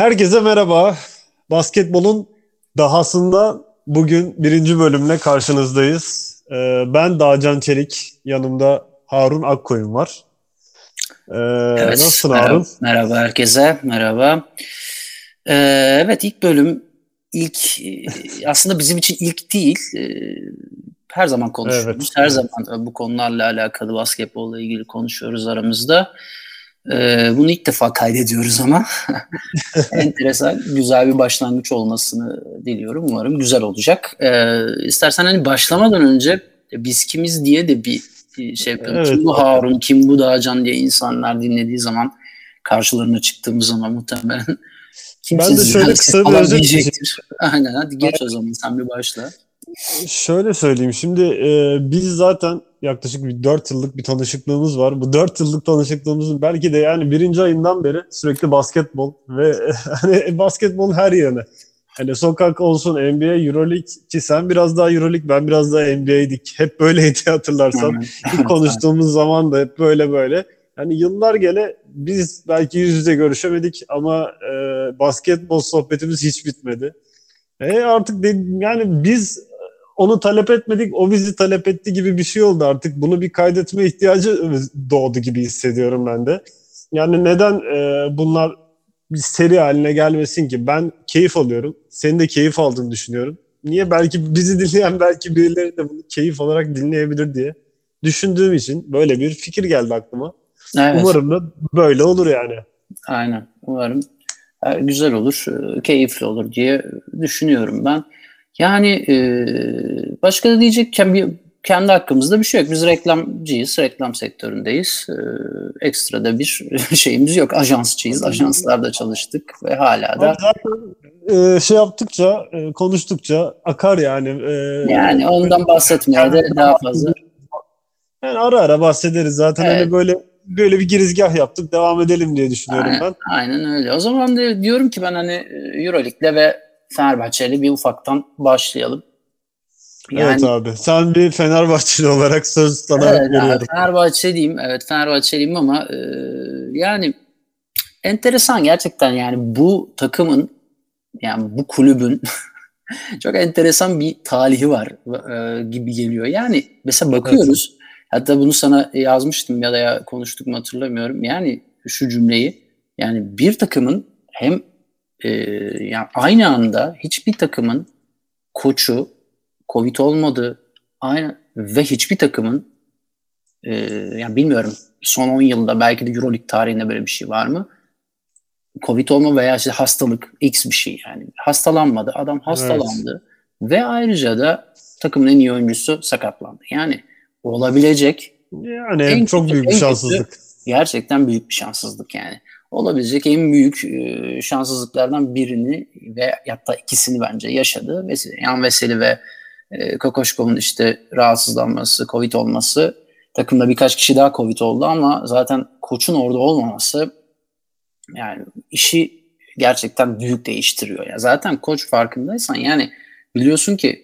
Herkese merhaba. Basketbolun dahasında bugün birinci bölümle karşınızdayız. Ben Dağcan Çelik, yanımda Harun Akkoyun var. Ee, Evet, Nasılsın merhaba, Harun? merhaba herkese, merhaba. Evet, ilk bölüm, aslında bizim için ilk değil. Her zaman konuşuyoruz, Evet, her evet. zaman bu konularla alakalı, basketbolla ilgili konuşuyoruz aramızda. Bunu ilk defa kaydediyoruz ama enteresan, güzel bir başlangıç olmasını diliyorum. Umarım güzel olacak. İstersen hani başlamadan önce biz kimiz diye de bir şey yapalım. Kim Evet bu abi. Harun, kim bu Dağcan diye insanlar dinlediği zaman karşılarına çıktığımız zaman muhtemelen Ben de kimsiniz ya şöyle siz kısa bir falan özet geçeyim. diyecektir. Aynen, hadi geç o zaman, sen bir başla. Şöyle söyleyeyim. Şimdi biz zaten yaklaşık bir 4 yıllık bir tanışıklığımız var. Bu 4 yıllık tanışıklığımızın belki de yani birinci ayından beri sürekli basketbol ve hani basketbol her yana. Hani sokak olsun, NBA, Euroleague, ki sen biraz daha Euroleague, ben biraz daha NBA'dik. Hep böyleydi hatırlarsan. Aynen. İlk Evet, aynen. konuştuğumuz zaman da hep böyle böyle. Yani yıllar gele biz belki yüz yüze görüşemedik ama basketbol sohbetimiz hiç bitmedi. Artık yani biz onu talep etmedik, o bizi talep etti gibi bir şey oldu artık. Bunu bir kaydetme ihtiyacı doğdu gibi hissediyorum ben de. Yani neden bunlar bir seri haline gelmesin ki? Ben keyif alıyorum. Senin de keyif aldığını düşünüyorum. Niye? Belki bizi dinleyen belki birileri de bunu keyif olarak dinleyebilir diye düşündüğüm için böyle bir fikir geldi aklıma. Evet, Umarım da böyle olur yani. aynen. Umarım güzel olur, keyifli olur diye düşünüyorum ben. Yani başka da diyecekken kendi hakkımızda bir şey yok. Biz reklamcıyız, reklam sektöründeyiz. Ekstra da bir şeyimiz yok. Ajansçıyız, ajanslarda çalıştık ve hala Abi da zaten şey yaptıkça, konuştukça akar yani. yani Böyle ondan bahsetmeye de kendimizden daha fazla. yani ara ara bahsederiz zaten, hani Evet, böyle bir girizgah yaptık, devam edelim diye düşünüyorum aynen, ben. aynen öyle. O zaman da diyorum ki ben hani Euroleague'le ve Fenerbahçe'yle bir ufaktan başlayalım. Evet Yani abi, sen bir Fenerbahçeli olarak söz sana evet, veriyorum. Fenerbahçeliyim. Evet, Fenerbahçeliyim ama yani enteresan gerçekten, yani bu takımın, yani bu kulübün çok enteresan bir talihi var gibi geliyor. Yani mesela Evet. bakıyoruz, hatta bunu sana yazmıştım ya da ya konuştuk mu hatırlamıyorum. Yani şu cümleyi, yani bir takımın hem e, yani aynı anda hiçbir takımın koçu Covid olmadı, aynı ve hiçbir takımın yani bilmiyorum, son 10 yılda belki de Euroleague tarihinde böyle bir şey var mı? Covid olma veya işte hastalık X bir şey yani. Hastalanmadı. Adam Evet. hastalandı ve ayrıca da takımın en iyi oyuncusu sakatlandı. Yani olabilecek Yani en çok kötü büyük bir en kötü şanssızlık. gerçekten büyük bir şanssızlık yani. Olabilecek en büyük şanssızlıklardan birini ve hatta ikisini bence yaşadı. Yan Veseli ve Kokoşkov'un işte rahatsızlanması, Covid olması. Takımda birkaç kişi daha Covid oldu ama zaten koçun orada olmaması yani işi gerçekten büyük değiştiriyor. Ya zaten koç, farkındaysan yani, biliyorsun ki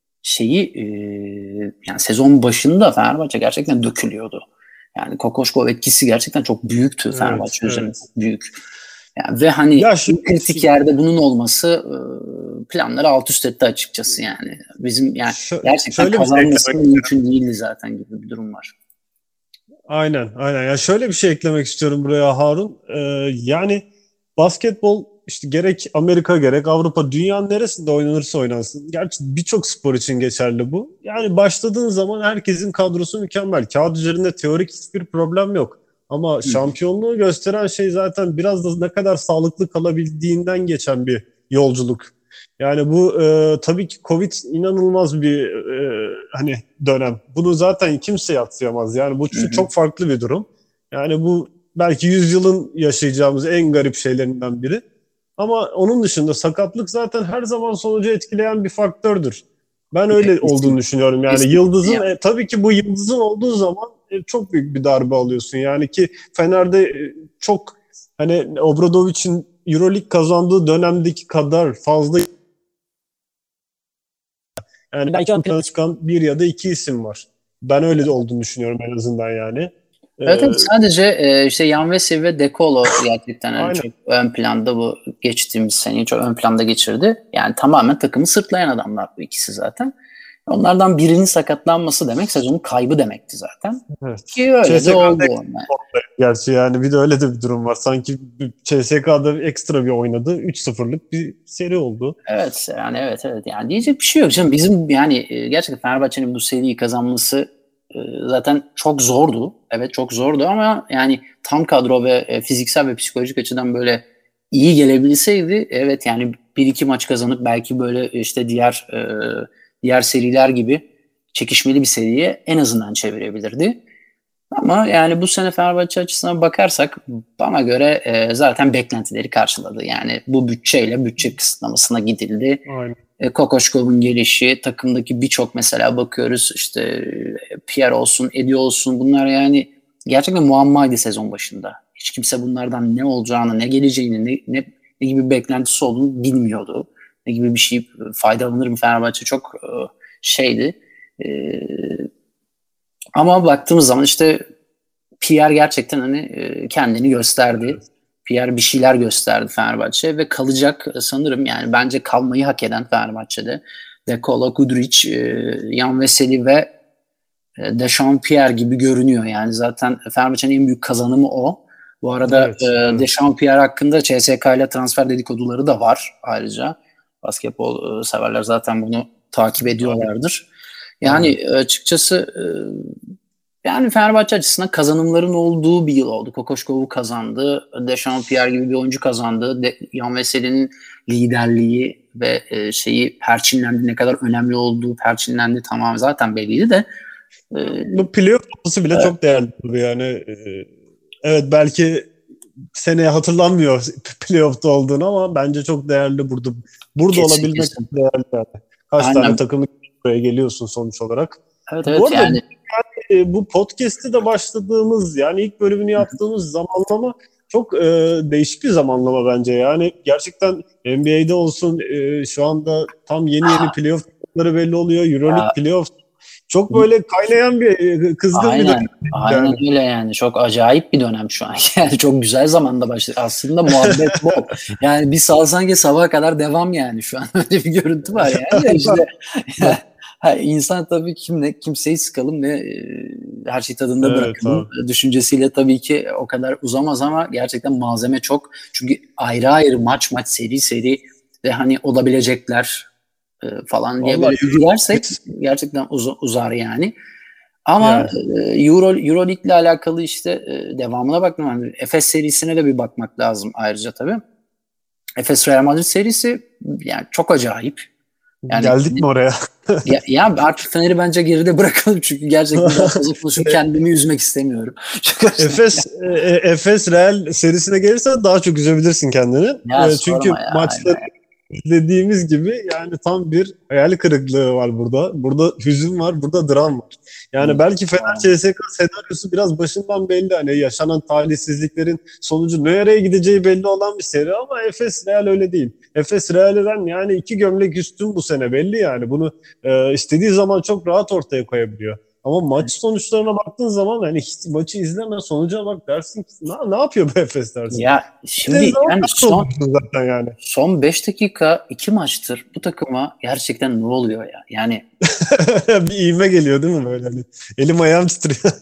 yani sezon başında Fenerbahçe gerçekten dökülüyordu. Yani Kokoşkov etkisi gerçekten çok büyüktü Evet, Fenerbahçe üzerinde, evet. çok büyük. Yani ve hani Ya en kritik yerde bunun olması planları alt üst etti açıkçası yani. Bizim yani gerçekten şöyle bir şey kazanması eklemek mümkün değildi zaten gibi bir durum var. Aynen, aynen. Ya şöyle bir şey eklemek istiyorum buraya Harun. Yani basketbol işte gerek Amerika gerek Avrupa, dünyanın neresinde oynanırsa oynansın. Gerçi birçok spor için geçerli bu. Yani başladığın zaman herkesin kadrosu mükemmel. Kağıt üzerinde teorik hiçbir problem yok. Ama Hı hı. şampiyonluğu gösteren şey zaten biraz da ne kadar sağlıklı kalabildiğinden geçen bir yolculuk. Yani bu tabii ki Covid inanılmaz bir hani dönem. Bunu zaten kimse yadsıyamaz. Yani bu Hı hı. çok farklı bir durum. Yani bu belki yüzyılın yaşayacağımız en garip şeylerinden biri. Ama onun dışında sakatlık zaten her zaman sonucu etkileyen bir faktördür. Ben öyle olduğunu Kesinlikle. düşünüyorum. Yani Kesinlikle yıldızın ya. tabii ki bu yıldızın olduğu zaman çok büyük bir darbe alıyorsun. Yani ki Fener'de çok hani Obradovic'in EuroLeague kazandığı dönemdeki kadar fazla, yani belki ön plana çıkan bir ya da iki isim var. Ben öyle olduğunu düşünüyorum en azından yani. Evet, evet, sadece işte Yan Veseli ve De Colo gerçekten hani Aynen. çok ön planda, bu geçtiğimiz seneyi çok ön planda geçirdi. Yani tamamen takımı sırtlayan adamlar bu ikisi zaten. Onlardan birinin sakatlanması demek sezonun kaybı demekti zaten. Evet. Ki öyle de CSK'da oldu. Yani. gerçi yani bir de öyle de bir durum var. Sanki CSK'da ekstra bir oynadı. 3-0'lık bir seri oldu. Evet yani, evet yani diyecek bir şey yok canım. Bizim yani gerçekten Fenerbahçe'nin bu seriyi kazanması zaten çok zordu. Evet, çok zordu ama yani tam kadro ve fiziksel ve psikolojik açıdan böyle iyi gelebilseydi, evet yani bir iki maç kazanıp belki böyle işte diğer seriler gibi çekişmeli bir seriye en azından çevirebilirdi. Ama yani bu sene Fenerbahçe açısından bakarsak bana göre zaten beklentileri karşıladı. Yani bu bütçeyle bütçe kısıtlamasına gidildi. Aynen. Kokoşkov'un gelişi, takımdaki birçok mesela bakıyoruz işte Pierre olsun, Eddie olsun, bunlar yani gerçekten muammaydı sezon başında. Hiç kimse bunlardan ne olacağını, ne geleceğini, ne gibi bir beklentisi olduğunu bilmiyordu. Ne gibi bir şey faydalanır mı Fenerbahçe çok şeydi. E, Ama baktığımız zaman işte Pierre gerçekten hani kendini gösterdi. Evet. Pierre bir şeyler gösterdi Fenerbahçe ve kalacak sanırım, yani bence kalmayı hak eden Fenerbahçe'de. De Colo, Guduric, Yan Veseli ve Dechampierre gibi görünüyor. Yani zaten Fenerbahçe'nin en büyük kazanımı o. Bu arada Evet. Dechampierre hakkında CSK ile transfer dedikoduları da var ayrıca. Basketbol severler zaten bunu takip Aynen. ediyorlardır. Aynen. Yani açıkçası yani Fenerbahçe açısından kazanımların olduğu bir yıl oldu. Kokoşkov'u kazandı. Dechampierre gibi bir oyuncu kazandı. Yan Veseli'nin liderliği ve şeyi perçinlendi. Ne kadar önemli olduğu perçinlendi. Tamam, zaten belliydi de. Bu playoff noktası bile çok değerli tabii yani. Evet, belki seneye hatırlanmıyor playoff'ta olduğunu ama bence çok değerli burada. Burada Kesin olabilmek kesin. çok değerli yani. Kaç tane Aynen. takımı buraya geliyorsun sonuç olarak. Evet, Bu evet arada yani. bu podcast'i de başladığımız yani ilk bölümünü yaptığımız zamanlama çok değişik bir zamanlama bence. Yani gerçekten NBA'de olsun şu anda tam yeni playoff'ları belli oluyor. Ya, EuroLeague playoff çok böyle kaynayan bir kızgın bir aynen. dönem Aynen yani. öyle yani. Çok acayip bir dönem şu an. Yani çok güzel zamanda başladı. Aslında muhabbet bol. Yani bir salsan ki sabaha kadar devam yani şu an. Öyle bir görüntü var yani de işte. Ha, insan tabii kimseyi sıkalım ve her şeyi tadında Evet bırakalım abi. düşüncesiyle tabii ki o kadar uzamaz ama gerçekten malzeme çok. Çünkü ayrı ayrı maç seri ve hani olabilecekler falan diye böyle Vallahi bir girersek gerçekten uzar yani. Ama yani Euroleague ile alakalı işte devamına baktım. Yani Efes serisine de bir bakmak lazım ayrıca tabii. Efes Real Madrid serisi yani çok acayip. Yani geldik mi oraya? ya artık Fener'i bence geride bırakalım çünkü gerçekten daha fazla konuşup kendimi üzmek istemiyorum. Çok Efes Real serisine gelirsen daha çok üzebilirsin kendini. ya Çünkü sorma ya. maçları dediğimiz gibi yani tam bir hayal kırıklığı var burada. Burada hüzün var, burada dram var. Yani belki Fener CSKA senaryosu biraz başından belli. Hani yaşanan talihsizliklerin sonucu nereye gideceği belli olan bir seri ama Efes Real öyle değil. Efes Real'den yani 2 gömlek üstün bu sene belli yani. Bunu istediği zaman çok rahat ortaya koyabiliyor. Ama maç sonuçlarına baktığın zaman hani hiç maçı izleme sonuca bak dersin ki ne yapıyor bu Efes dersin. Ya İzlediğin şimdi zaman yani kahrolursun zaten yani. son 5 dakika 2 maçtır bu takıma gerçekten ne oluyor ya? Yani Bir ivme geliyor değil mi böyle hani elim ayağım titriyor.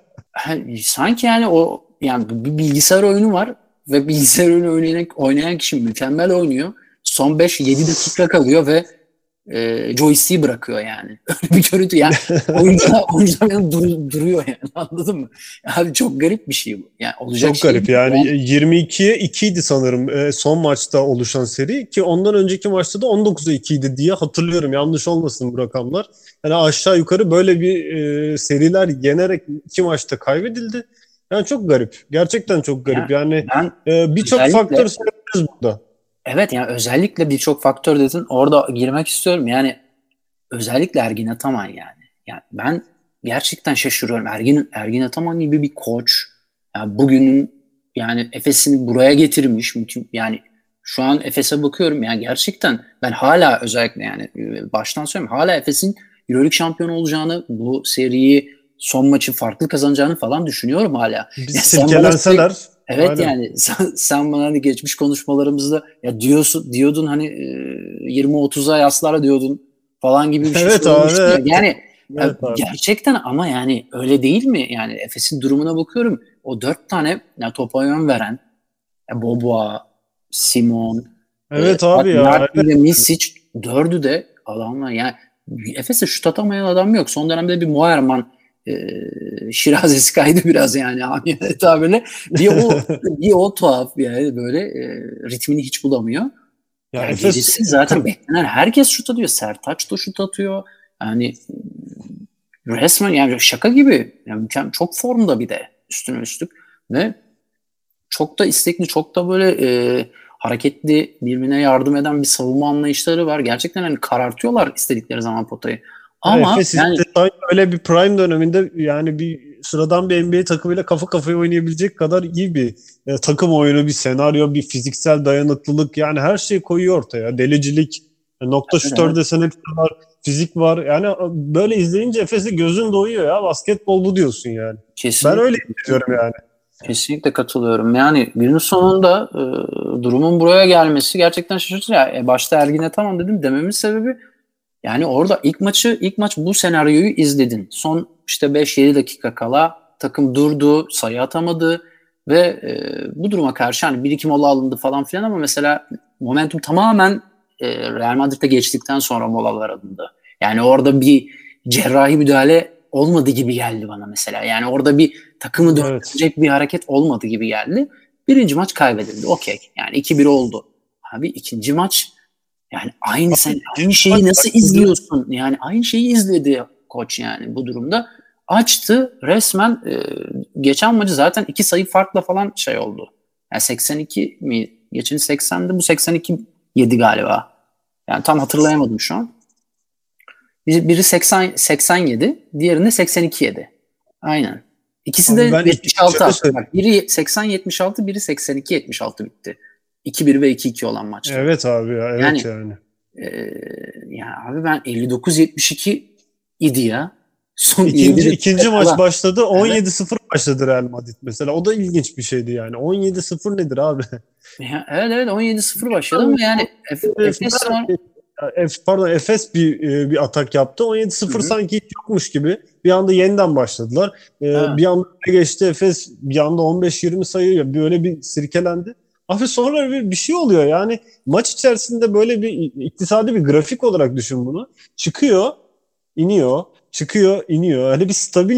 sanki yani o yani bir bilgisayar oyunu var ve bilgisayar oyunu oynayan kişi mükemmel oynuyor. Son 5-7 dakika kalıyor ve joystick'i bırakıyor yani. Öyle bir görüntü yani. Oyuncular yani duruyor yani, anladın mı? Abi çok garip bir şey bu. Yani olacak Çok şey garip değil. yani Yani, 22'ye 2 idi sanırım son maçta oluşan seri ki ondan önceki maçta da 19'a 2 idi diye hatırlıyorum, yanlış olmasın bu rakamlar. Yani aşağı yukarı böyle bir seriler yenerek 2 maçta kaybedildi. Yani çok garip, gerçekten çok garip yani ben birçok faktör özellikle sayabiliriz burada. evet yani özellikle birçok faktör dedin. Orada girmek istiyorum. Yani özellikle Ergin Ataman yani. Yani ben gerçekten şaşırıyorum. Ergin Ataman gibi bir koç yani bugünün yani Efes'ini buraya getirmiş. Yani şu an Efes'e bakıyorum yani gerçekten ben hala özellikle yani baştan söyleyeyim hala Efes'in EuroLeague şampiyonu olacağını, bu seriyi son maçı farklı kazanacağını falan düşünüyorum hala. Biz Ya silkelenseler. evet Aynen. yani sen bana hani geçmiş konuşmalarımızda ya diyordun hani 20-30'a yaslar diyordun falan gibi bir şey Evet abi. söylemiştin ya. Evet, Yani evet abi. gerçekten ama yani öyle değil mi? Yani Efes'in durumuna bakıyorum. O 4 tane ya topa yön veren Boboa, Simon, Evet abi ya. Larkin ve Misic dördü de adamlar yani Efes'e şut atamayan adam yok. Son dönemde bir Moerman şirazesi kaydı biraz yani amiyane tabirle. Bir o tuhaf yani böyle ritmini hiç bulamıyor. Ya Ya Efes gerisi zaten beklenen herkes şut atıyor. Sertaç da şut atıyor. Yani resmen yani şaka gibi. Yani çok formda bir de üstüne üstlük ve çok da istekli, çok da böyle hareketli, birbirine yardım eden bir savunma anlayışları var. Gerçekten hani karartıyorlar istedikleri zaman potayı. ya Ama Efes yani işte sanki öyle bir prime döneminde yani bir sıradan bir NBA takımıyla kafa kafaya oynayabilecek kadar iyi bir takım oyunu, bir senaryo, bir fiziksel dayanıklılık yani her şeyi koyuyor ortaya. Delicilik, nokta evet, şutör evet, desen hepsi var, fizik var. Yani böyle izleyince Efes'i gözün doyuyor ya. Basketbol bu diyorsun yani. Ben öyle kesinlikle, hissediyorum yani. kesinlikle katılıyorum. Yani günün sonunda durumun buraya gelmesi gerçekten şaşırtıcı. Ya, başta Ergin'e tamam dedim dememin sebebi yani orada ilk maç bu senaryoyu izledin. Son işte 5-7 dakika kala takım durdu, sayı atamadı ve bu duruma karşı hani bir iki mola alındı falan filan ama mesela momentum tamamen Real Madrid'e geçtikten sonra molalar alındı. Yani orada bir cerrahi müdahale olmadı gibi geldi bana mesela. Yani orada bir takımı Evet. döndürecek bir hareket olmadı gibi geldi. Birinci maç kaybedildi. Okey. Yani 2-1 oldu. Abi ikinci maç yani Abi aynı ikinci maç şeyi nasıl başladı. izliyorsun? Yani aynı şeyi izledi koç yani bu durumda. Açtı resmen geçen maçı zaten 2 sayı farkla falan şey oldu. Yani 82 mi? Geçen 80'di bu 82 yedi galiba. Yani tam hatırlayamadım şu an. Biri 87, diğerinde 82 yedi. Aynen. İkisi Abi de ben şöyle 76 attı. söyleyeyim. Bak biri 80-76, biri 82-76 bitti. 2-1 ve 2-2 olan maçları. Evet abi ya, evet Yani yani. Ee, yani abi ben 59-72 idi ya. Son 7 İkinci dakika maç kala. başladı. Evet. 17-0 başladı Real Madrid mesela. O da ilginç bir şeydi yani. 17-0 nedir abi? Evet, evet, 17-0 başladı ama yani Efes Fener, sonra pardon, Efes bir atak yaptı. hı 17-0 hı, sanki hiç yokmuş gibi. Bir anda yeniden başladılar. evet. Bir anda öne geçti Efes. Bir anda 15-20 sayı böyle bir sirkelendi. Abi sonra bir şey oluyor yani maç içerisinde böyle bir iktisadi bir grafik olarak düşün bunu. Çıkıyor, iniyor, çıkıyor, iniyor. Hani bir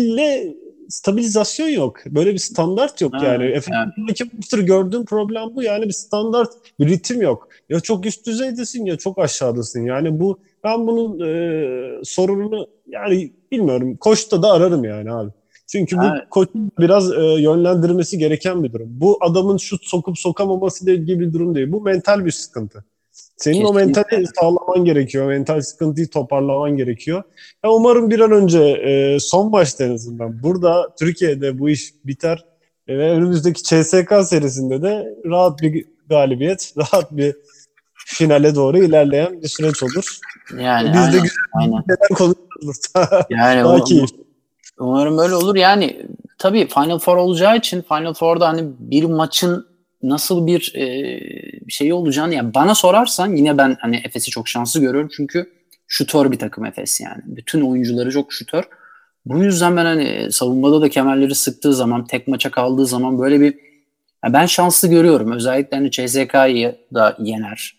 stabilizasyon yok. Böyle bir standart yok yani. Evet, Efes'in evet. sonraki maçtır gördüğüm problem bu. Yani bir standart bir ritim yok. Ya çok üst düzeydesin ya çok aşağıdasın. Yani ben bunun sorununu yani bilmiyorum. Koçta da ararım yani abi. Çünkü bu Evet, koçun biraz yönlendirmesi gereken bir durum. Bu adamın şut sokup sokamaması ile ilgili bir durum değil. Bu mental bir sıkıntı. Senin o kesinlikle. mentali sağlaman gerekiyor. Mental sıkıntıyı toparlaman gerekiyor. Ya umarım bir an önce son maçta en azından burada Türkiye'de bu iş biter ve önümüzdeki CSK serisinde de rahat bir galibiyet, rahat bir finale doğru ilerleyen bir süreç olur. Yani Biz de aynen, güzel aynen. şeyler konuşuruz. Yani Daha keyifli. umarım öyle olur. Yani tabii Final Four olacağı için Final Four'da hani bir maçın nasıl bir şey olacağını yani bana sorarsan yine ben hani Efes'i çok şanslı görüyorum çünkü şutör bir takım Efes yani. Bütün oyuncuları çok şutör. Bu yüzden ben hani savunmada da kemerleri sıktığı zaman, tek maça kaldığı zaman böyle bir ya ben şanslı görüyorum. Özellikle hani CSK'yı da yener.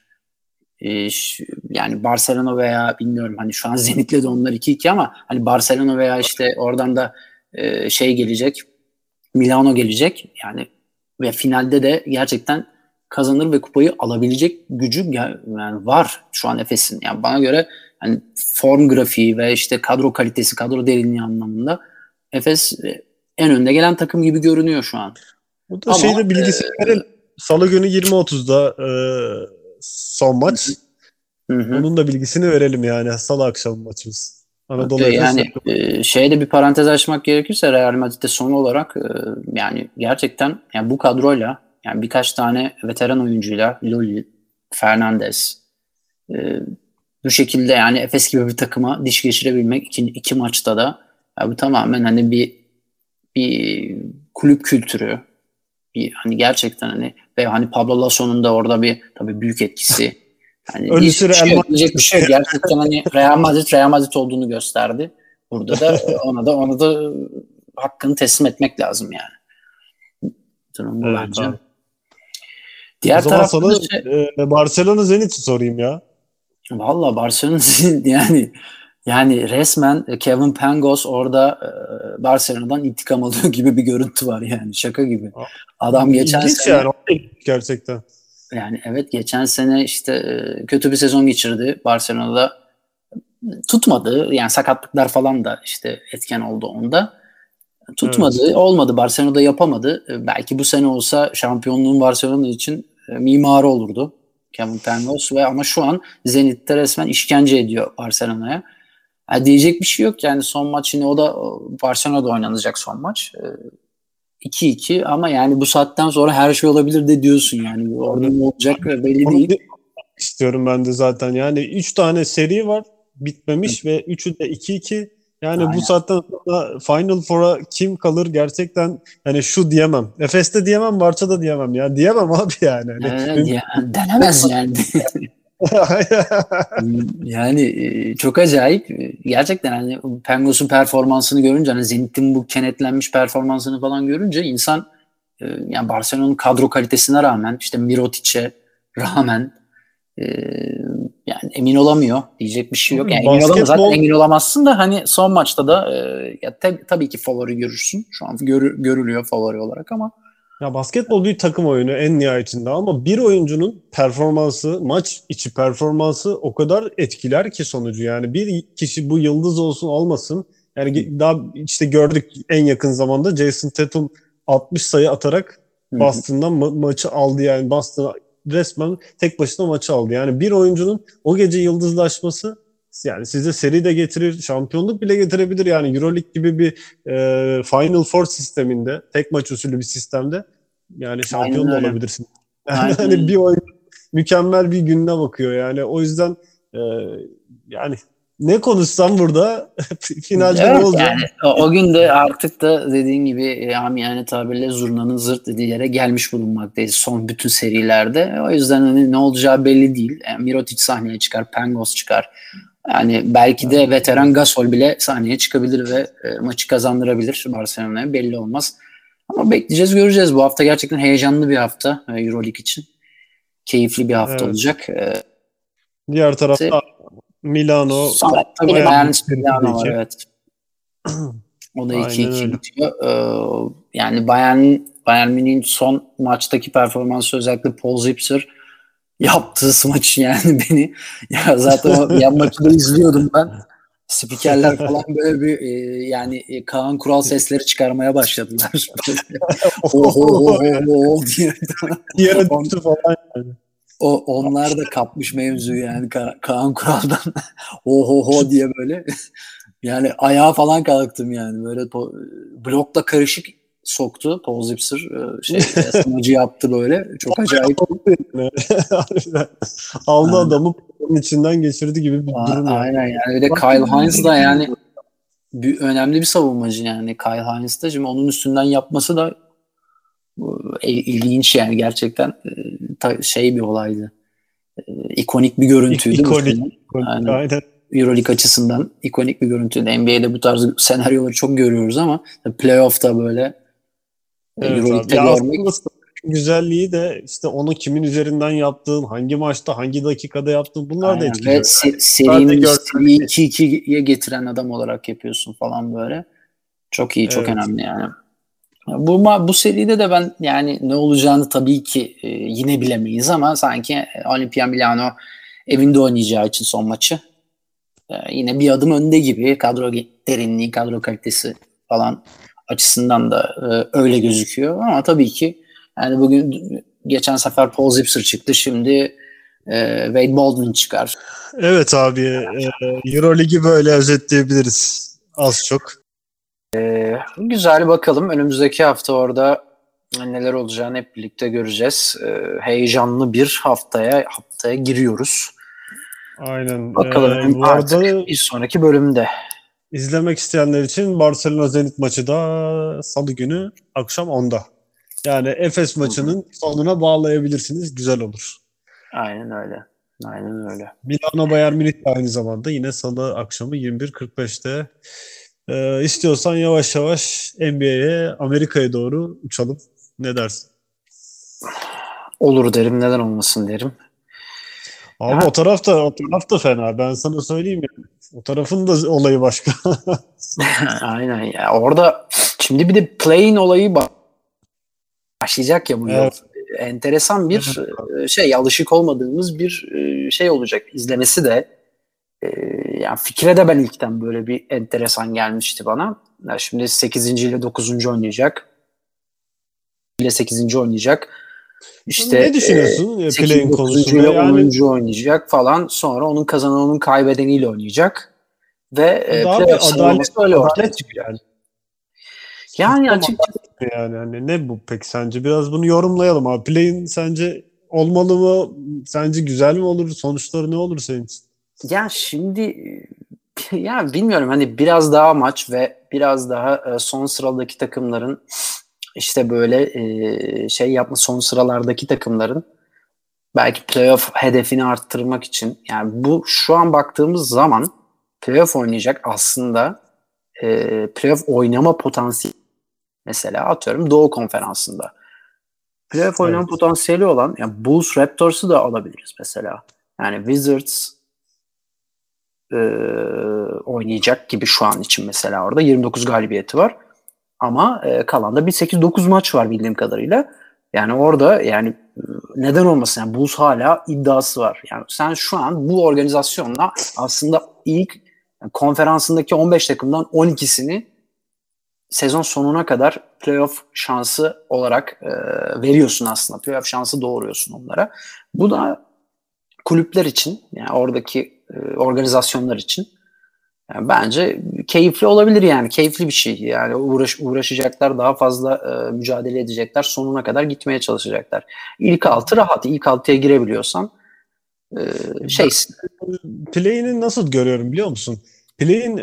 Yani Barcelona veya bilmiyorum hani şu an Zenit'le de onlar 2-2 ama hani Barcelona veya işte oradan da şey gelecek, Milano gelecek yani ve finalde de gerçekten kazanır ve kupayı alabilecek gücü yani var şu an Efes'in. Yani bana göre hani form grafiği ve işte kadro kalitesi, kadro derinliği anlamında Efes en önde gelen takım gibi görünüyor şu an. Bu da Ama şeyde bilgisini verelim. Salı günü 20.30'da son maç. hı hı. Onun da bilgisini verelim yani. Salı akşamı maçımız. Anadolu Okey, Efes. yani şeyde bir parantez açmak gerekirse Real Madrid'de son olarak yani gerçekten yani bu kadroyla yani birkaç tane veteran oyuncuyla Lul, Fernandes e, bu şekilde yani Efes gibi bir takıma diş geçirebilmek iki maçta da Ya bu tamamen hani bir kulüp kültürü, bir hani gerçekten hani ve hani Pablo Lasso'nun da orada bir tabii büyük etkisi. Hani Ölüsü Real diyecek bir şey yok. Gerçekten hani Real Madrid olduğunu gösterdi. Burada da ona da hakkını teslim etmek lazım yani. Durum bu Evet bence. abi. O Diğer zaman tarafta da sana Barcelona Zenit'i sorayım ya. valla Barcelona yani resmen Kevin Pangos orada Barcelona'dan intikam alıyor gibi bir görüntü var yani şaka gibi. Adam geçen İlginç sene yani gerçekten. yani evet geçen sene işte kötü bir sezon geçirdi Barcelona'da tutmadı yani sakatlıklar falan da işte etken oldu onda. Evet. Tutmadı, olmadı. Barcelona'da yapamadı. Belki bu sene olsa şampiyonluğun Barcelona için mimarı olurdu Kevin Pangos ve ama şu an Zenit'te resmen işkence ediyor Barcelona'ya. Diyecek bir şey yok yani son maç yine Barcelona'da oynanacak son maç. 2-2 ama yani bu saatten sonra her şey olabilir de diyorsun yani. Orada Abi, ne olacak belli onu değil. istiyorum ben de zaten. Yani 3 tane seri var bitmemiş ve üçü de 2-2. Yani bu Aynen. saatten sonra Final Four'a kim kalır gerçekten hani şu diyemem. Efes'te diyemem, Barça'da diyemem ya. Diyemem abi yani. Hani mümkün. Denemez yani. Yani çok acayip. Gerçekten hani Pangos'un performansını görünce hani Zenit'in bu kenetlenmiş performansını falan görünce insan yani Barcelona'nın kadro kalitesine rağmen işte Mirotic'e rağmen e, yani emin olamıyor diyecek bir şey yok. Abi Yani emin olamaz zaten basketbol emin olamazsın da hani son maçta da tabii ki favori görürsün. Şu an görülüyor favori olarak ama Ya basketbol bir takım oyunu en nihayetinde ama bir oyuncunun performansı, maç içi performansı o kadar etkiler ki sonucu. Yani bir kişi bu yıldız olsun olmasın. Yani daha işte gördük en yakın zamanda Jason Tatum 60 sayı atarak hı hı. Boston'dan maçı aldı yani Boston resmen tek başına maçı aldı. Yani bir oyuncunun o gece yıldızlaşması yani size seri de getirir, şampiyonluk bile getirebilir. Yani EuroLeague gibi bir Final Four sisteminde, tek maç usulü bir sistemde yani Aynen şampiyon da öyle. olabilirsin. Yani Aynen hani öyle. bir oyun mükemmel bir gününe bakıyor yani. O yüzden e, yani ne konuşsam burada finalde ne Evet olacak? yani o gün de artık da dediğin gibi amiyane tabirle zurnanın zırt dediği yere gelmiş bulunmaktayız son bütün serilerde. O yüzden hani ne olacağı belli değil. Mirotic sahneye çıkar, Pangos çıkar. Yani belki de veteran Gasol bile sahneye çıkabilir ve maçı kazandırabilir Barcelona'ya belli olmaz. Ama bekleyeceğiz göreceğiz. Bu hafta gerçekten heyecanlı bir hafta Euroleague için. Keyifli bir hafta Evet. olacak. Diğer tarafta Milano, Sonra tabii Bayern Bayern Münih serisi de Milano var iki. evet. O da Aynen 2-2 öyle. bitiyor. Yani Bayern Münih'in son maçtaki performansı özellikle Paul Zipser yaptığı smaç yani beni ya zaten o yan maçı da izliyordum ben. Spikerler falan böyle bir yani Kaan Kural sesleri çıkarmaya başladılar. Böyle, oh oh oh oh oh diye. Yere On, düştü falan yani. onlar da kapmış mevzuyu yani Kaan Kural'dan oh oh oh diye böyle. Yani ayağa falan kalktım yani. Böyle blokla karışık soktu Paul Zipser. Smacı yaptı böyle. Çok acayip. Yani. Harbiden. Aldı Aynen, adamı onun içinden geçirdi gibi bir durum yani. aynen yani. Bir de Başka Kyle bir Hines da ülke- yani önemli bir savunmacı yani. Kyle Hines de şimdi onun üstünden yapması da ilginç yani gerçekten şey bir olaydı. İkonik bir görüntüydü bu ikonik. sene. Yani Aynen. Euroleague açısından ikonik bir görüntüydü. NBA'de bu tarz senaryoları çok görüyoruz ama playoff'ta böyle Evet abi. Euroleague'de Ya aslında görmek güzelliği de işte onu kimin üzerinden yaptığın, hangi maçta, hangi dakikada yaptığın bunlar da aynen. Ve etkiliyor. Yani sadece seriyi görsellik değil. 2-2'ye getiren adam olarak yapıyorsun falan böyle. Çok iyi, çok Evet. önemli yani. Bu seride de ben yani ne olacağını tabii ki yine bilemeyiz ama sanki Olimpia Milano evinde oynayacağı için son maçı yine bir adım önde gibi kadro derinliği, kadro kalitesi falan açısından da öyle gözüküyor. Ama tabii ki yani bugün geçen sefer Paul Zipser çıktı. Şimdi Wade Baldwin çıkar. Evet abi. Euroligi böyle özetleyebiliriz. Az çok. Güzel bakalım. Önümüzdeki hafta orada neler olacağını hep birlikte göreceğiz. Heyecanlı bir haftaya giriyoruz. Aynen. Bakalım Bu artık arada bir sonraki bölümde. İzlemek isteyenler için Barcelona Zenit maçı da Salı günü akşam 10'da. Yani Efes Hı hı. maçının sonuna bağlayabilirsiniz. Güzel olur. Aynen öyle. Aynen öyle. Milano Bayern Münih de aynı zamanda yine Salı akşamı 21.45'te. İstiyorsan yavaş yavaş NBA'ye, Amerika'ya doğru uçalım. Ne dersin? Olur derim. Neden olmasın derim. Abi Ya, o taraf da fena. Ben sana söyleyeyim ya. O tarafın da olayı başka. aynen ya. Orada şimdi bir de play-in olayı başlayacak ya bu yıl. Evet, Enteresan bir evet. alışık olmadığımız bir şey olacak. İzlemesi de yani fikre de ben ilkten böyle bir enteresan gelmişti bana. Ya şimdi 8. ile 9. oynayacak. İle 8. oynayacak. İşte Ne düşünüyorsun 8. play'in 9. konusunda? ile Yani 10. oynayacak falan. Sonra onun kazananı onun kaybedeniyle oynayacak. Ve daha playoff bir sıralaması öyle ortaya adalet mi çıkacak. yani? Yani Sistem açıkçası adalet mi yani? Hani ne bu peki sence? Biraz bunu yorumlayalım abi. Play'in sence olmalı mı? Sence güzel mi olur? Sonuçları ne olur senin için? ya şimdi ya bilmiyorum hani biraz daha maç ve biraz daha son sıradaki takımların işte böyle son sıralardaki takımların belki playoff hedefini arttırmak için yani bu şu an baktığımız zaman playoff oynayacak aslında playoff oynama potansiyeli mesela atıyorum Doğu Konferansı'nda. Playoff oynama Evet. potansiyeli olan yani Bulls Raptors'u da alabiliriz mesela. Yani Wizards e, oynayacak gibi şu an için mesela orada 29 galibiyeti var. Ama kalan da bir 8-9 maç var bildiğim kadarıyla. Yani orada yani neden olmasın? Yani Bulls hala iddiası var. Yani sen şu an bu organizasyonla aslında ilk yani konferansındaki 15 takımdan 12'sini sezon sonuna kadar playoff şansı olarak veriyorsun aslında. Playoff şansı doğuruyorsun onlara. Bu da kulüpler için yani oradaki organizasyonlar için yani bence keyifli olabilir yani. Keyifli bir şey. Yani uğraşacaklar, daha fazla mücadele edecekler. Sonuna kadar gitmeye çalışacaklar. İlk altı rahat. İlk altıya girebiliyorsan Ben şeysin. play'ini nasıl görüyorum biliyor musun? Play'in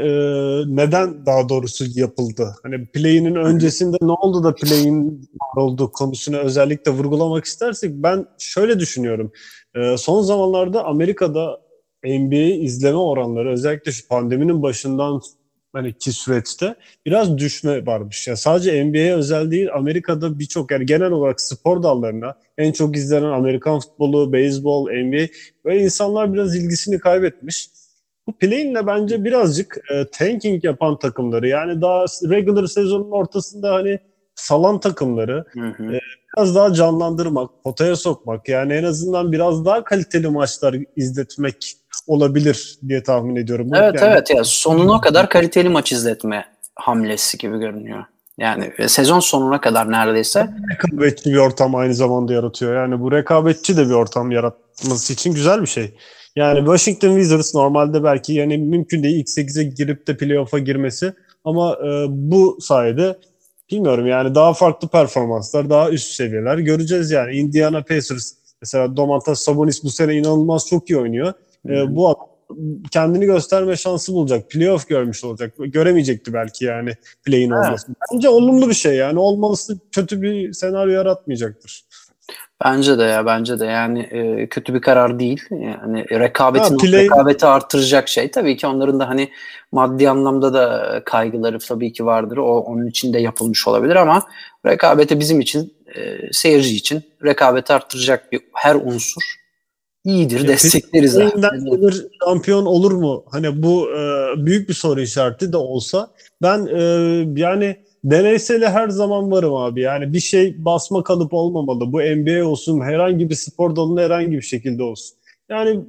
neden daha doğrusu yapıldı? Hani play'inin Hı hı. öncesinde ne oldu da play'in var olduğu konusunu özellikle vurgulamak istersek ben şöyle düşünüyorum. Son zamanlarda Amerika'da NBA izleme oranları özellikle şu pandeminin başından hani ki süreçte biraz düşme varmış. Yani sadece NBA'ye özel değil Amerika'da birçok yani genel olarak spor dallarına en çok izlenen Amerikan futbolu, beyzbol, NBA ve insanlar biraz ilgisini kaybetmiş. Bu play-in'le bence birazcık tanking yapan takımları yani daha regular sezonun ortasında hani salan takımları Hı e, hı. biraz daha canlandırmak, potaya sokmak yani en azından biraz daha kaliteli maçlar izletmek olabilir diye tahmin ediyorum. Bu Evet yani evet ya sonuna kadar kaliteli maç izletme hamlesi gibi görünüyor. Yani sezon sonuna kadar neredeyse. rekabetçi bir ortam aynı zamanda yaratıyor. Yani bu rekabetçi de bir ortam yaratması için güzel bir şey. Yani Washington Wizards normalde belki yani mümkün değil ilk 8'e girip de playoff'a girmesi ama bu sayede bilmiyorum yani daha farklı performanslar, daha üst seviyeler göreceğiz yani. Indiana Pacers mesela Domantas Sabonis bu sene inanılmaz çok iyi oynuyor. Hı hı. Bu adam kendini gösterme şansı bulacak. Playoff görmüş olacak. Göremeyecekti belki yani play'in Evet. olması. Bence olumlu bir şey yani. Olmaması kötü bir senaryo yaratmayacaktır. Bence de yani kötü bir karar değil. Yani Ha play rekabeti artıracak şey. Tabii ki onların da hani maddi anlamda da kaygıları tabii ki vardır. Onun için de yapılmış olabilir ama rekabeti bizim için seyirci için rekabeti artıracak bir her unsur iyidir, destekleriz abi. play'inden gelir şampiyon olur mu? Hani bu büyük bir soru işareti de olsa ben yani deneysele her zaman varım abi. Yani bir şey basma kalıp olmamalı. Bu NBA olsun, herhangi bir spor dalında herhangi bir şekilde olsun. Yani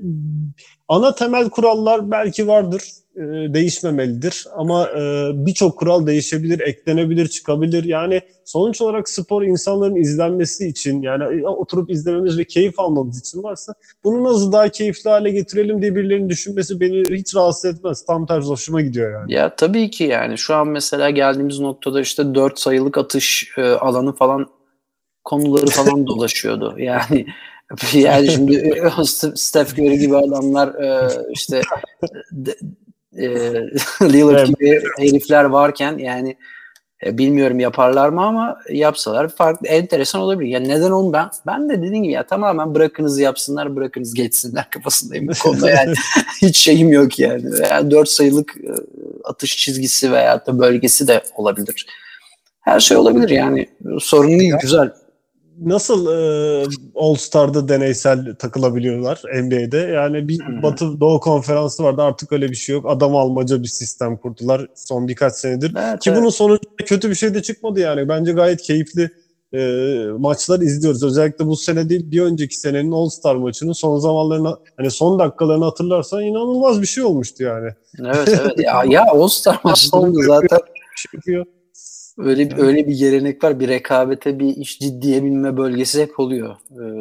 ana temel kurallar belki vardır, değişmemelidir. Ama birçok kural değişebilir, eklenebilir, çıkabilir. Yani sonuç olarak spor insanların izlenmesi için yani oturup izlememiz ve keyif almamız için varsa bunu nasıl daha keyifli hale getirelim diye birilerinin düşünmesi beni hiç rahatsız etmez. Tam tersi hoşuma gidiyor yani. Ya tabii ki yani şu an mesela geldiğimiz noktada işte 4 sayılık atış alanı falan konuları falan dolaşıyordu. Yani yani şimdi Steph Curry gibi adamlar işte Lillard gibi herifler varken yani bilmiyorum yaparlar mı ama yapsalar farklı, enteresan olabilir. Yani neden onu ben de dediğim gibi ya tamamen bırakınız yapsınlar, bırakınız geçsinler kafasındayım bu konuda yani. Hiç şeyim yok yani. Veya 4 sayılık atış çizgisi veya da bölgesi de olabilir. Her şey olabilir yani. Sorun değil, güzel. Nasıl All Star'da deneysel takılabiliyorlar NBA'de? Yani bir Batı Doğu konferansı vardı, artık öyle bir şey yok. Adam almaca bir sistem kurdular son birkaç senedir. Evet, Ki bunun sonucunda kötü bir şey de çıkmadı yani. Bence gayet keyifli maçlar izliyoruz. Özellikle bu sene değil, bir önceki senenin All Star maçının son zamanlarını, hani son dakikalarını hatırlarsan inanılmaz bir şey olmuştu yani. Evet. Ya All Star maçlarında zaten öyle bir gelenek var. Bir rekabete, bir iş ciddiye binme bölgesi hep oluyor.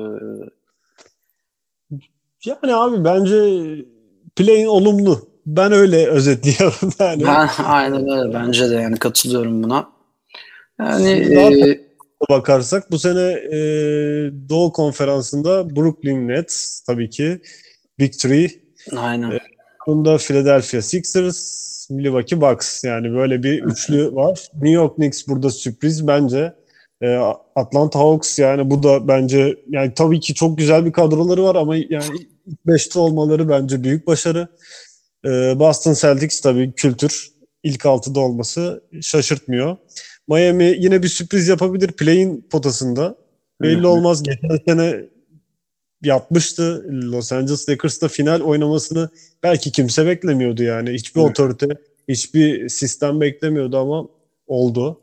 Yani abi bence play'in olumlu. Ben öyle özetliyorum yani. Aynen öyle. Bence de yani katılıyorum buna. Yani Daha bakarsak bu sene Doğu Konferansı'nda Brooklyn Nets tabii ki Big Three. aynen. Bunda Philadelphia Sixers, Milwaukee Bucks, yani böyle bir üçlü var. New York Knicks burada sürpriz bence. Atlanta Hawks, yani bu da bence, yani tabii ki çok güzel bir kadroları var ama yani ilk beşte olmaları bence büyük başarı. Boston Celtics tabii kültür, ilk altıda olması şaşırtmıyor. Miami yine bir sürpriz yapabilir play-in potasında. Belli olmaz. Geçen sene yapmıştı. Los Angeles Lakers'ta final oynamasını belki kimse beklemiyordu yani. Hiçbir otorite, hiçbir sistem beklemiyordu ama oldu.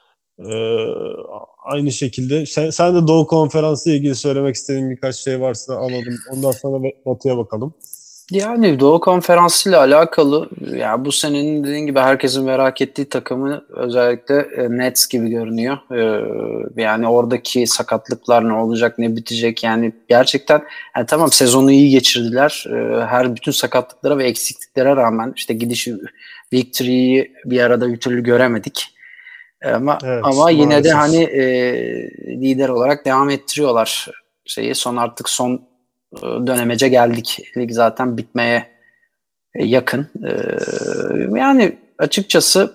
Aynı şekilde sen de Doğu Konferansı ile ilgili söylemek istediğin birkaç şey varsa alalım. Ondan sonra Batı'ya bakalım. Yani Doğu Konferansı ile alakalı ya bu senenin dediğin gibi herkesin merak ettiği takımı özellikle Nets gibi görünüyor. Yani oradaki sakatlıklar ne olacak, ne bitecek, yani gerçekten yani tamam sezonu iyi geçirdiler. Her bütün sakatlıklara ve eksikliklere rağmen işte gidişi Victory'yi bir arada bir türlü göremedik. Ama yine maalesef. de hani lider olarak devam ettiriyorlar şeyi. Son dönemece geldik. Lig zaten bitmeye yakın. Yani açıkçası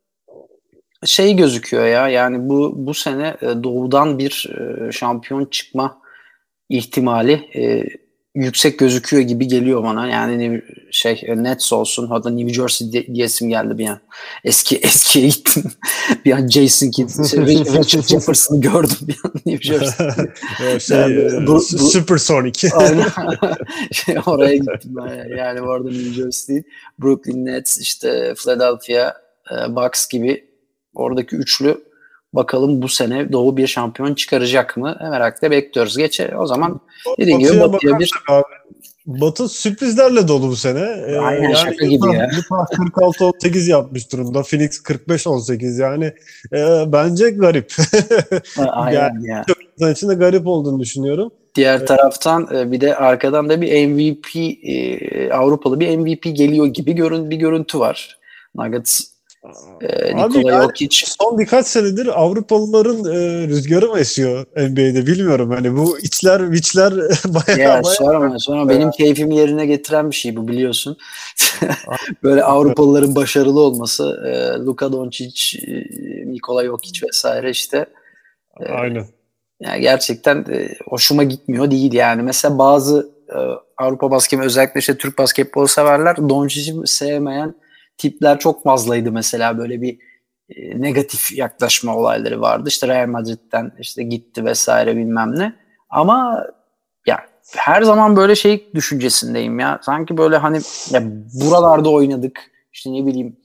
şey gözüküyor ya, yani bu sene doğudan bir şampiyon çıkma ihtimali yüksek gözüküyor gibi geliyor bana. Yani Nets olsun, hatta New Jersey diyesim geldi bir an. Eskiye gittim. Bir an Jason Kidd, Richard Jefferson'ı gördüm bir an New Jersey'de. Supersonic. Aynen. Oraya gittim ben. Yani bu arada New Jersey değil. Brooklyn Nets, işte Philadelphia Bucks gibi oradaki üçlü, bakalım bu sene Doğu bir şampiyon çıkaracak mı? Merakla bekliyoruz. O zaman dediğim gibi Batı'ya bir... Abi, Batı sürprizlerle dolu bu sene. Aynen, yani şaka gibi ya. Utah 46-18 yapmış durumda. Phoenix 45-18, yani bence garip. Aynen ya. Çok insan için de garip olduğunu düşünüyorum. Diğer taraftan bir de arkadan da bir MVP, Avrupalı bir MVP geliyor gibi bir görüntü var. Nuggets Nikola Jokic. Son birkaç senedir Avrupalıların rüzgarı mı esiyor NBA'de bilmiyorum. Hani bu viçler bayağı. Sonra benim keyfimi yerine getiren bir şey bu, biliyorsun. Böyle Avrupalıların başarılı olması, Luka Doncic, Nikola Jokic vesaire işte. Aynen. Yani gerçekten hoşuma gitmiyor değil yani. Mesela bazı Avrupa basketbolu, özellikle işte Türk basketbolu severler, Doncic'i sevmeyen tipler çok fazlaydı mesela, böyle bir negatif yaklaşma olayları vardı. İşte Real Madrid'den işte gitti vesaire bilmem ne. Ama ya her zaman böyle şey düşüncesindeyim ya. Sanki böyle hani ya buralarda oynadık. İşte ne bileyim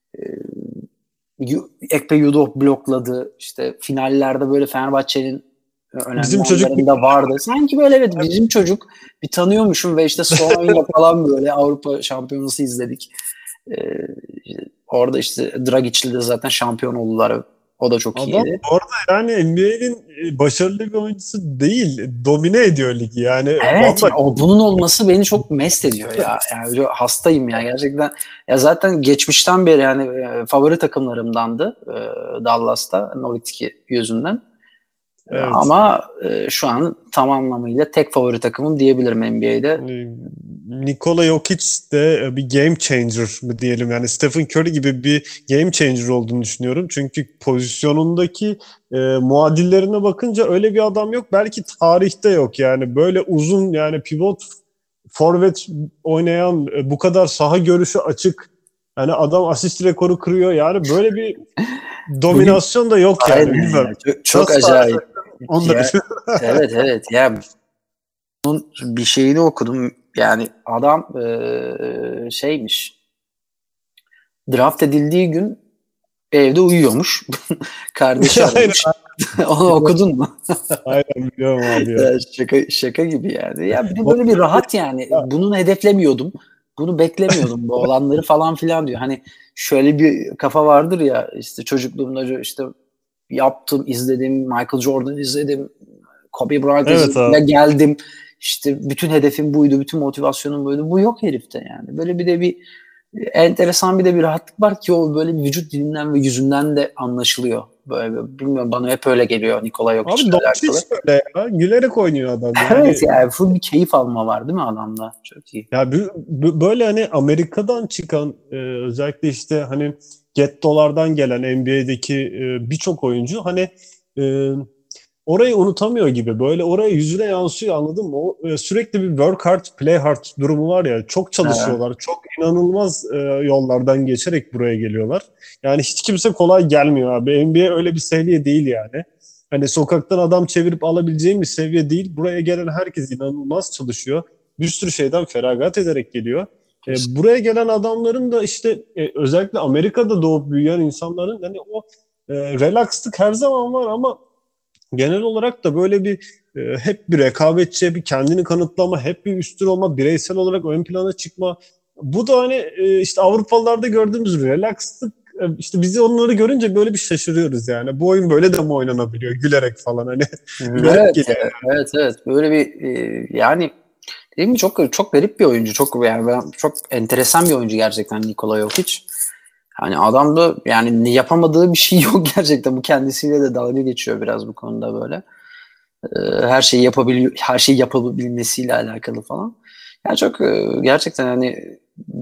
Ekpe Yudo blokladı. İşte finallerde böyle Fenerbahçe'nin önemli anlarında vardı. Sanki böyle evet, bizim çocuk bir tanıyormuşum ve işte Slovenya falan böyle Avrupa Şampiyonası izledik. Orada işte Dragic'li de zaten şampiyon oldular. O da çok iyiydi. Adam orada yani NBA'nin başarılı bir oyuncusu değil, domine ediyor ligi yani. Evet, bunun olması beni çok mest ediyor ya. Yani hastayım ya gerçekten. Ya zaten geçmişten beri yani favori takımlarımdandı Dallas'ta Nowitzki yüzünden. Evet. Ama şu an tam anlamıyla tek favori takımım diyebilirim NBA'de. Nikola Jokic de bir game changer mı diyelim, yani Stephen Curry gibi bir game changer olduğunu düşünüyorum. Çünkü pozisyonundaki muadillerine bakınca öyle bir adam yok. Belki tarihte yok yani. Böyle uzun, yani pivot forvet oynayan, bu kadar saha görüşü açık. Yani adam asist rekoru kırıyor. Yani böyle bir Bugün dominasyon da yok yani. aynen Bilmiyorum. ya. Çok Nasıl tarif acayip. ederim? Onu da Ya, evet evet ya, bunun bir şeyini okudum. Yani adam şeymiş. Draft edildiği gün evde uyuyormuş. Kardeşi Aynen, aramış. Onu okudun mu? aynen biliyorum abi ya. Ya şaka gibi yani. Ya bir de böyle bir rahat yani. Bunu hedeflemiyordum. Bunu beklemiyordum. Bu olanları falan filan diyor. Hani şöyle bir kafa vardır ya, işte çocukluğumda işte yaptım, izledim, Michael Jordan izledim, Kobe Bryant Evet izledim ve abi. geldim. İşte bütün hedefim buydu, bütün motivasyonum buydu. Bu yok herifte yani. Böyle bir de bir enteresan bir de bir rahatlık var ki o böyle yüzük dilinden ve yüzünden de anlaşılıyor. Böyle bilmiyorum, bana hep öyle geliyor Nikola Jokic'le Abi alakalı. Doncic böyle ya. Gülerek oynuyor adam Evet yani. yani full bir keyif alma var değil mi adamda? Çok iyi. Ya böyle hani Amerika'dan çıkan, özellikle işte hani gettolardan gelen NBA'deki birçok oyuncu hani e, orayı unutamıyor gibi. Böyle oraya yüzüne yansıyor, anladın mı? O sürekli bir work hard, play hard durumu var ya. Çok Evet. çalışıyorlar. Çok inanılmaz yollardan geçerek buraya geliyorlar. Yani hiç kimse kolay gelmiyor abi. NBA öyle bir seviye değil yani. Hani sokaktan adam çevirip alabileceğim bir seviye değil. Buraya gelen herkes inanılmaz çalışıyor. Bir sürü şeyden feragat ederek geliyor. Buraya gelen adamların da işte özellikle Amerika'da doğup büyüyen insanların hani o relaxlık her zaman var, ama genel olarak da böyle bir hep bir rekabetçi, bir kendini kanıtlama, hep bir üstün olma, bireysel olarak ön plana çıkma. Bu da hani işte Avrupalılarda gördüğümüz relaxlık, işte bizi onları görünce böyle bir şaşırıyoruz yani. Bu oyun böyle de mi oynanabiliyor? Gülerek falan hani. Garip Evet, geliyor. evet, evet. Böyle bir yani değil mi, çok çok garip bir oyuncu. Çok yani çok enteresan bir oyuncu gerçekten Nikola Jokic. Hani adamda yani yapamadığı bir şey yok gerçekten. Bu kendisiyle de dalga geçiyor biraz bu konuda böyle. Her şeyi yapabiliyor, her şeyi yapabilmesiyle alakalı falan. Yani çok gerçekten hani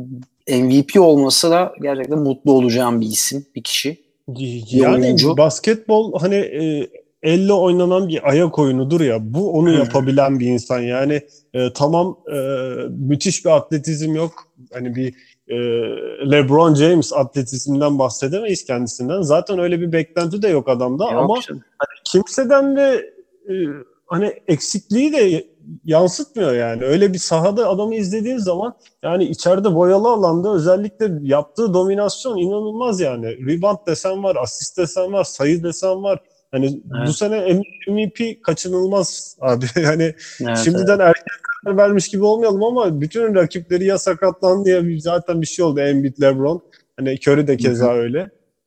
MVP olması da gerçekten mutlu olacağım bir isim, bir kişi, bir Yani oyuncu. basketbol hani elle oynanan bir ayak oyunudur ya, bu onu Hı hı. yapabilen bir insan yani. Tamam, müthiş bir atletizm yok, hani bir e, LeBron James atletizmden bahsedemeyiz kendisinden, zaten öyle bir beklenti de yok adamda, Yok ama canım. kimseden de e, hani eksikliği de yansıtmıyor yani. Öyle bir sahada adamı izlediğin zaman, yani içeride boyalı alanda özellikle yaptığı dominasyon inanılmaz yani. Rebound desen var, asist desen var, sayı desen var. Hani bu Evet, sene MVP kaçınılmaz abi. Yani evet, şimdiden evet. erken karar vermiş gibi olmayalım, ama bütün rakipleri ya sakatlandı ya zaten bir şey oldu. Embiid, LeBron. Hani Curry de Hı hı. keza öyle.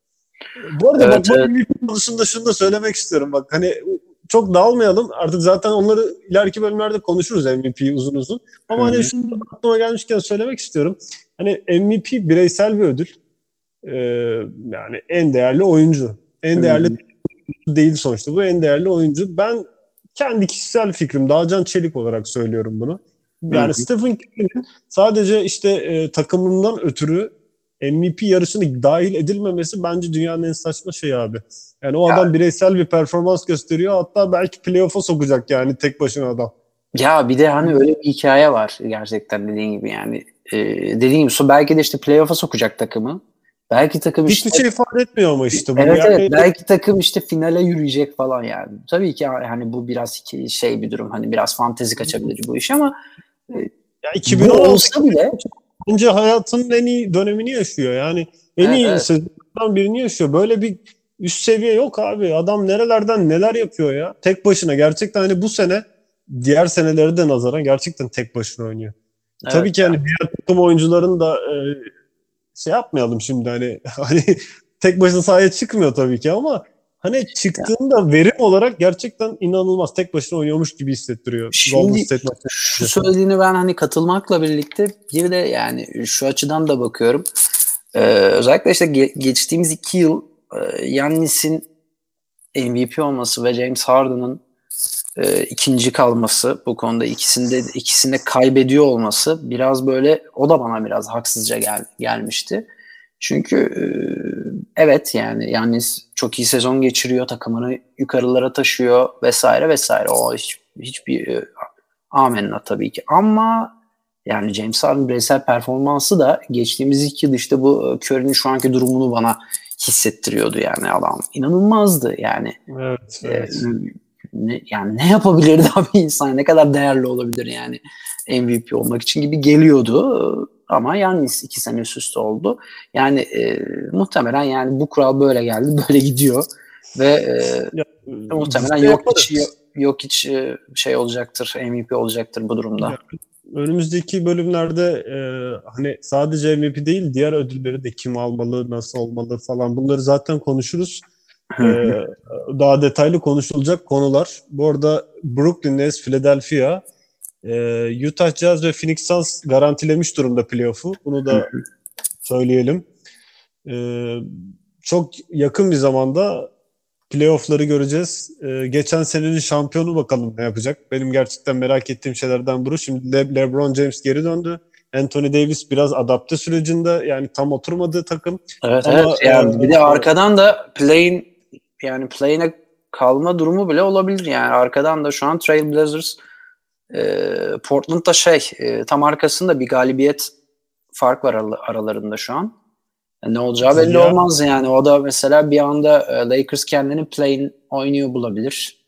Bu arada bak, Evet, bu evet. MVP konusunda şunu da söylemek istiyorum. Bak hani çok dağılmayalım. Artık zaten onları ileriki bölümlerde konuşuruz, MVP uzun uzun. Hı Ama hani hı. şunu da aklıma gelmişken söylemek istiyorum. Hani MVP bireysel bir ödül. Ee, Yani en değerli oyuncu. Hı En değerli hı. değil sonuçta. Bu en değerli oyuncu. Ben kendi kişisel fikrim, Dağcan Çelik olarak söylüyorum bunu. Hı Yani hı. Stephen Curry'nin sadece işte takımından ötürü MVP yarışına dahil edilmemesi bence dünyanın en saçma şeyi abi. Yani o adam bireysel bir performans gösteriyor. Hatta belki playoff'a sokacak yani tek başına adam. Ya bir de hani öyle bir hikaye var gerçekten dediğin gibi yani. Dediğin gibi belki de işte playoff'a sokacak takımı. Belki takım Hiçbir işte şey ifade etmiyor ama işte bu. evet evet, Yani belki takım işte finale yürüyecek falan yani. Tabii ki hani bu biraz şey bir durum, hani biraz fantezi kaçabilir bu iş ama e, ya bu olsa 2016 bile bence hayatının en iyi dönemini yaşıyor. Yani en evet, iyi evet, sezonlardan birini yaşıyor. Böyle bir üst seviye yok abi. Adam nerelerden neler yapıyor ya. Tek başına gerçekten, hani bu sene diğer seneleri de nazaran gerçekten tek başına oynuyor. evet. Tabii ki hani diğer takım oyuncuların da şey yapmayalım şimdi, hani hani tek başına sahaya çıkmıyor tabii ki, ama hani Ya, çıktığında verim olarak gerçekten inanılmaz. Tek başına oynuyormuş gibi hissettiriyor Golden şimdi State şu maçları. söylediğini ben hani katılmakla birlikte bir de yani şu açıdan da bakıyorum. Özellikle işte geçtiğimiz 2 yıl Yannis'in MVP olması ve James Harden'ın ikinci kalması, bu konuda ikisinde kaybediyor olması biraz böyle, o da bana biraz haksızca gelmişti. Çünkü evet yani çok iyi sezon geçiriyor, takımını yukarılara taşıyor vesaire vesaire. O hiçbir amenna tabii ki. Ama yani James Harden bireysel performansı da geçtiğimiz 2 yıl işte bu Curry'nin şu anki durumunu bana hissettiriyordu yani adam. İnanılmazdı yani. Evet, evet. Yani ne yapabilirdi abi insan? Ne kadar değerli olabilir yani MVP olmak için gibi geliyordu. Ama Giannis 2 sene üst üste oldu. Yani muhtemelen yani bu kural böyle geldi, böyle gidiyor. Ve muhtemelen yok hiç şey olacaktır, MVP olacaktır bu durumda. Ya, önümüzdeki bölümlerde hani sadece MVP değil, diğer ödülleri de kim almalı, nasıl olmalı falan, bunları zaten konuşuruz. Daha detaylı konuşulacak konular. Bu arada Brooklyn Nets, Philadelphia, Utah Jazz ve Phoenix Suns garantilemiş durumda playoff'u. Bunu da söyleyelim. Çok yakın bir zamanda playoff'ları göreceğiz. Geçen senenin şampiyonu bakalım ne yapacak. Benim gerçekten merak ettiğim şeylerden biri. Şimdi LeBron James geri döndü. Anthony Davis biraz adapte sürecinde, yani tam oturmadığı takım. Evet, ama evet. Yani bir de arkadan da play'ine kalma durumu bile olabilir yani. Arkadan da şu an Trail Blazers, Portland'da tam arkasında bir galibiyet fark var aralarında şu an. Ne olacağı belli olmaz yani. O da mesela bir anda Lakers kendini play-in oynuyor bulabilir.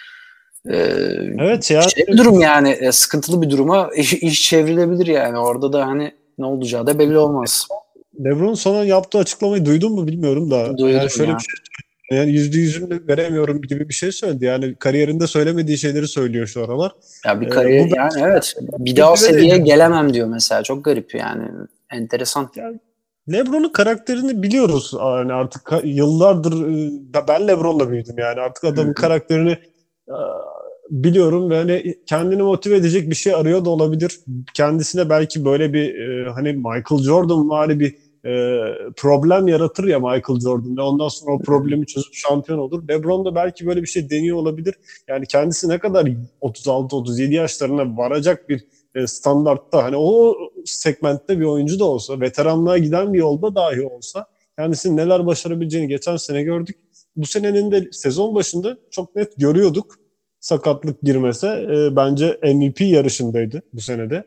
Evet yani. Bir durum yani, sıkıntılı bir duruma iş çevrilebilir yani. Orada da hani ne olacağı da belli olmaz. LeBron sonra yaptığı açıklamayı duydun mu bilmiyorum da. Duydum yani şöyle ya. bir şey, yani %100'ünü veremiyorum gibi bir şey söyledi. Yani kariyerinde söylemediği şeyleri söylüyor şu aralar. Ya bir kariyer Bu yani, evet. Bir daha o seviyeye gelemem diyor mesela. Çok garip yani. Enteresan. Yani LeBron'un karakterini biliyoruz yani artık yıllardır. Ben LeBron'la büyüdüm yani artık adamın karakterini e, biliyorum ve hani kendini motive edecek bir şey arıyor da olabilir. Kendisine belki böyle bir hani Michael Jordan vari bir problem yaratır ya Michael Jordan ve ondan sonra o problemi çözüp şampiyon olur. LeBron da belki böyle bir şey deniyor olabilir. Yani kendisi ne kadar 36-37 yaşlarına varacak bir standartta, hani o segmentte bir oyuncu da olsa, veteranlığa giden bir yolda dahi olsa kendisinin neler başarabileceğini geçen sene gördük. Bu senenin de sezon başında çok net görüyorduk. Sakatlık girmese bence MVP yarışındaydı bu senede.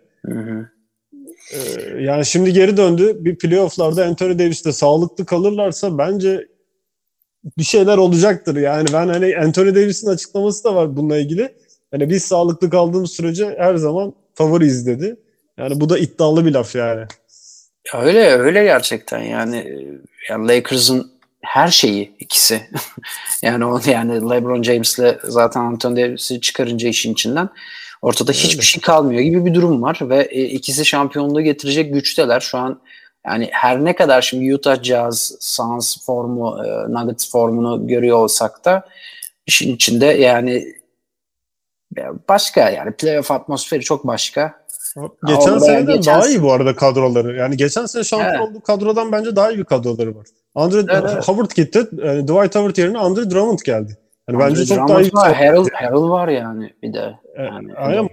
Yani şimdi geri döndü. Bir playoff'larda Anthony Davis'te sağlıklı kalırlarsa bence bir şeyler olacaktır. Yani ben hani Anthony Davis'in açıklaması da var bununla ilgili. Hani biz sağlıklı kaldığımız sürece her zaman favoriyiz dedi. Yani bu da iddialı bir laf yani. Ya öyle gerçekten yani Lakers'ın her şeyi ikisi. yani LeBron James'le zaten Anthony Davis'i çıkarınca işin içinden ortada hiçbir şey kalmıyor gibi bir durum var ve ikisi şampiyonluğu getirecek güçteler şu an. Yani her ne kadar şimdi Utah Jazz, Suns formu, Nuggets formunu görüyor olsak da işin içinde yani başka, yani playoff atmosferi çok başka. Geçen seneden daha iyi bu arada kadroları. Yani geçen sene şampiyon olduğu kadrodan bence daha iyi bir kadroları var. Howard gitti. Dwight Howard yerine Andre Drummond geldi. Yani bence çok daha iyi bir Harold var yani bir de. Aynen.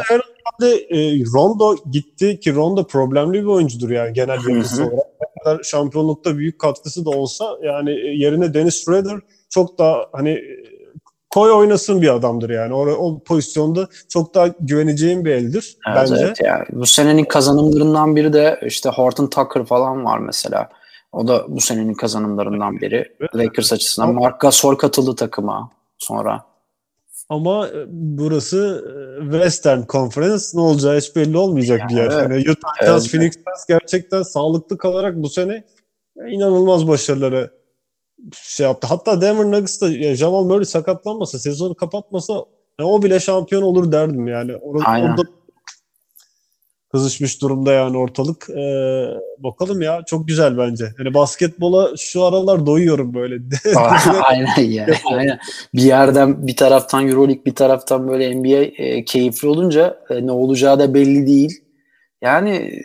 Rondo gitti ki Rondo problemli bir oyuncudur yani genel yapısı olarak. Ne kadar şampiyonlukta büyük katkısı da olsa yani yerine Dennis Schroeder çok daha hani koy oynasın bir adamdır yani. O pozisyonda çok daha güveneceğim bir eldir bence. Evet yani. Bu senenin kazanımlarından biri de işte Horton Tucker falan var mesela. O da bu senenin kazanımlarından biri. Lakers açısından. Marc Gasol katıldı takıma sonra. Ama burası Western Conference, ne olacağı hiç belli olmayacak yani, bir yer. Yani Utah Jazz, Phoenix Suns gerçekten sağlıklı kalarak bu sene inanılmaz başarıları şey yaptı. Hatta Denver Nuggets'ta Jamal Murray sakatlanmasa, sezonu kapatmasa o bile şampiyon olur derdim yani. Orada kızışmış durumda yani ortalık. Bakalım ya, çok güzel bence. Yani basketbola şu aralar doyuyorum böyle. Aynen yani. Aynen. Bir yerden, bir taraftan EuroLeague, bir taraftan böyle NBA keyifli olunca ne olacağı da belli değil. Yani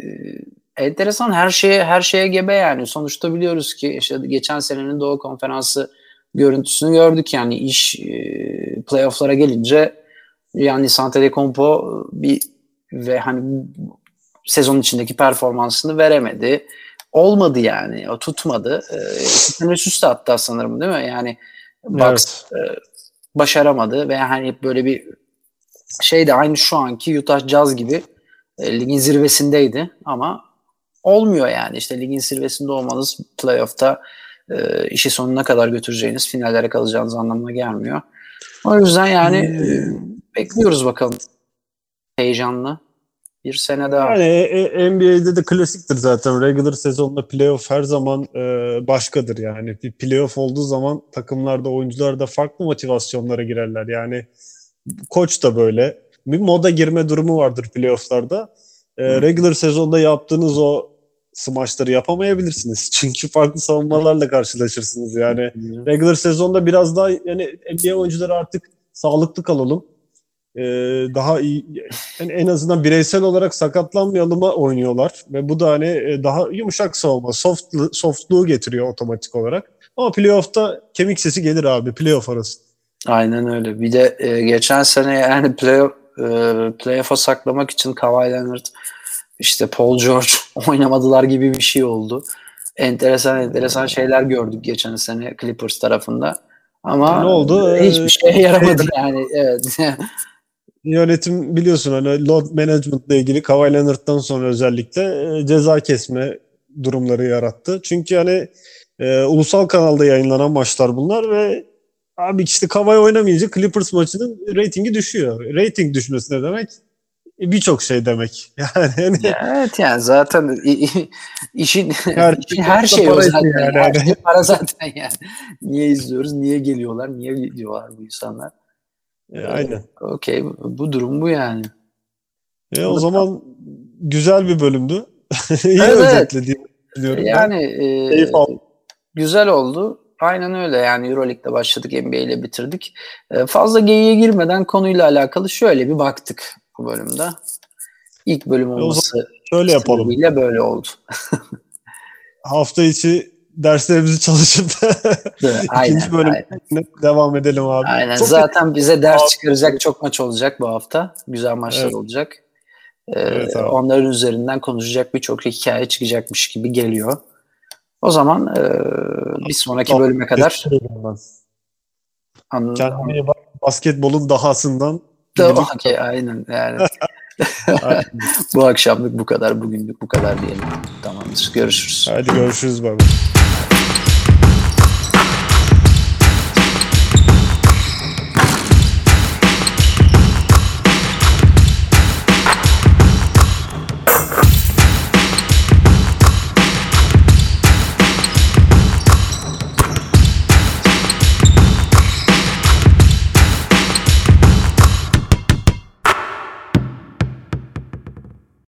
enteresan, her şeye gebe yani. Sonuçta biliyoruz ki işte geçen senenin Doğu Konferansı görüntüsünü gördük yani iş playoff'lara gelince yani Antetokounmpo ve hani sezon içindeki performansını veremedi. Olmadı yani. O tutmadı. 2 sene üst üste hatta sanırım değil mi? Yani Bucks başaramadı ve hani böyle bir şey de aynı şu anki Utah Jazz gibi ligin zirvesindeydi ama olmuyor yani. İşte ligin zirvesinde olmanız playoff'ta işi sonuna kadar götüreceğiniz, finallere kalacağınız anlamına gelmiyor. O yüzden yani bekliyoruz bakalım. Heyecanlı. Bir sene daha. Yani NBA'de de klasiktir zaten. Regular sezonda playoff her zaman başkadır yani. Bir playoff olduğu zaman takımlarda, oyuncular da farklı motivasyonlara girerler. Yani koç da böyle. Bir moda girme durumu vardır playofflarda. Regular sezonda yaptığınız o smaçları yapamayabilirsiniz. Çünkü farklı savunmalarla karşılaşırsınız. Yani regular sezonda biraz daha yani NBA oyuncuları artık sağlıklı kalalım. Daha iyi yani en azından bireysel olarak sakatlanmayalıma oynuyorlar ve bu da hani daha yumuşak savunma, softluğu getiriyor otomatik olarak. Ama playoff'ta kemik sesi gelir abi playoff arası. Aynen öyle. Bir de geçen sene yani playoff'a saklamak için Kawhi Leonard, işte Paul George oynamadılar gibi bir şey oldu. Enteresan şeyler gördük geçen sene Clippers tarafında. Ama ne oldu? Hiçbir şeye yaramadı yani. Evet. Yönetim biliyorsun hani load management ile ilgili Kawhi Leonard'dan sonra özellikle ceza kesme durumları yarattı. Çünkü hani ulusal kanalda yayınlanan maçlar bunlar ve abi işte Kawhi oynamayınca Clippers maçının reytingi düşüyor. Rating düşmesi ne demek? Birçok şey demek. Yani hani evet yani zaten işin her şey o zaten. Yani. Her şey para zaten yani. Niye izliyoruz? Niye geliyorlar? Niye gidiyorlar bu insanlar? Aynen. Okey. Bu durum bu yani. O zaman güzel bir bölümdü. İyi evet, özetlediğimi düşünüyorum yani ben. Güzel oldu. Aynen öyle yani Euroleague'de başladık, NBA ile bitirdik. Fazla geyiğe girmeden konuyla alakalı şöyle bir baktık bu bölümde. İlk bölüm olması şöyle yapalım. sebebiyle böyle oldu. Hafta içi derslerimizi çalışıp ikinci bölümde devam edelim abi. Aynen. Zaten bize ders çıkaracak çok maç olacak bu hafta. Güzel maçlar olacak. Onların üzerinden konuşacak birçok hikaye çıkacakmış gibi geliyor. O zaman bir sonraki bölüme kadar kendine iyi bak. Basketbolun dahasından. Okay, aynen yani. Bu akşamlık bu kadar, bugünlük bu kadar diyelim. Tamamdır. Görüşürüz. Hadi görüşürüz baba.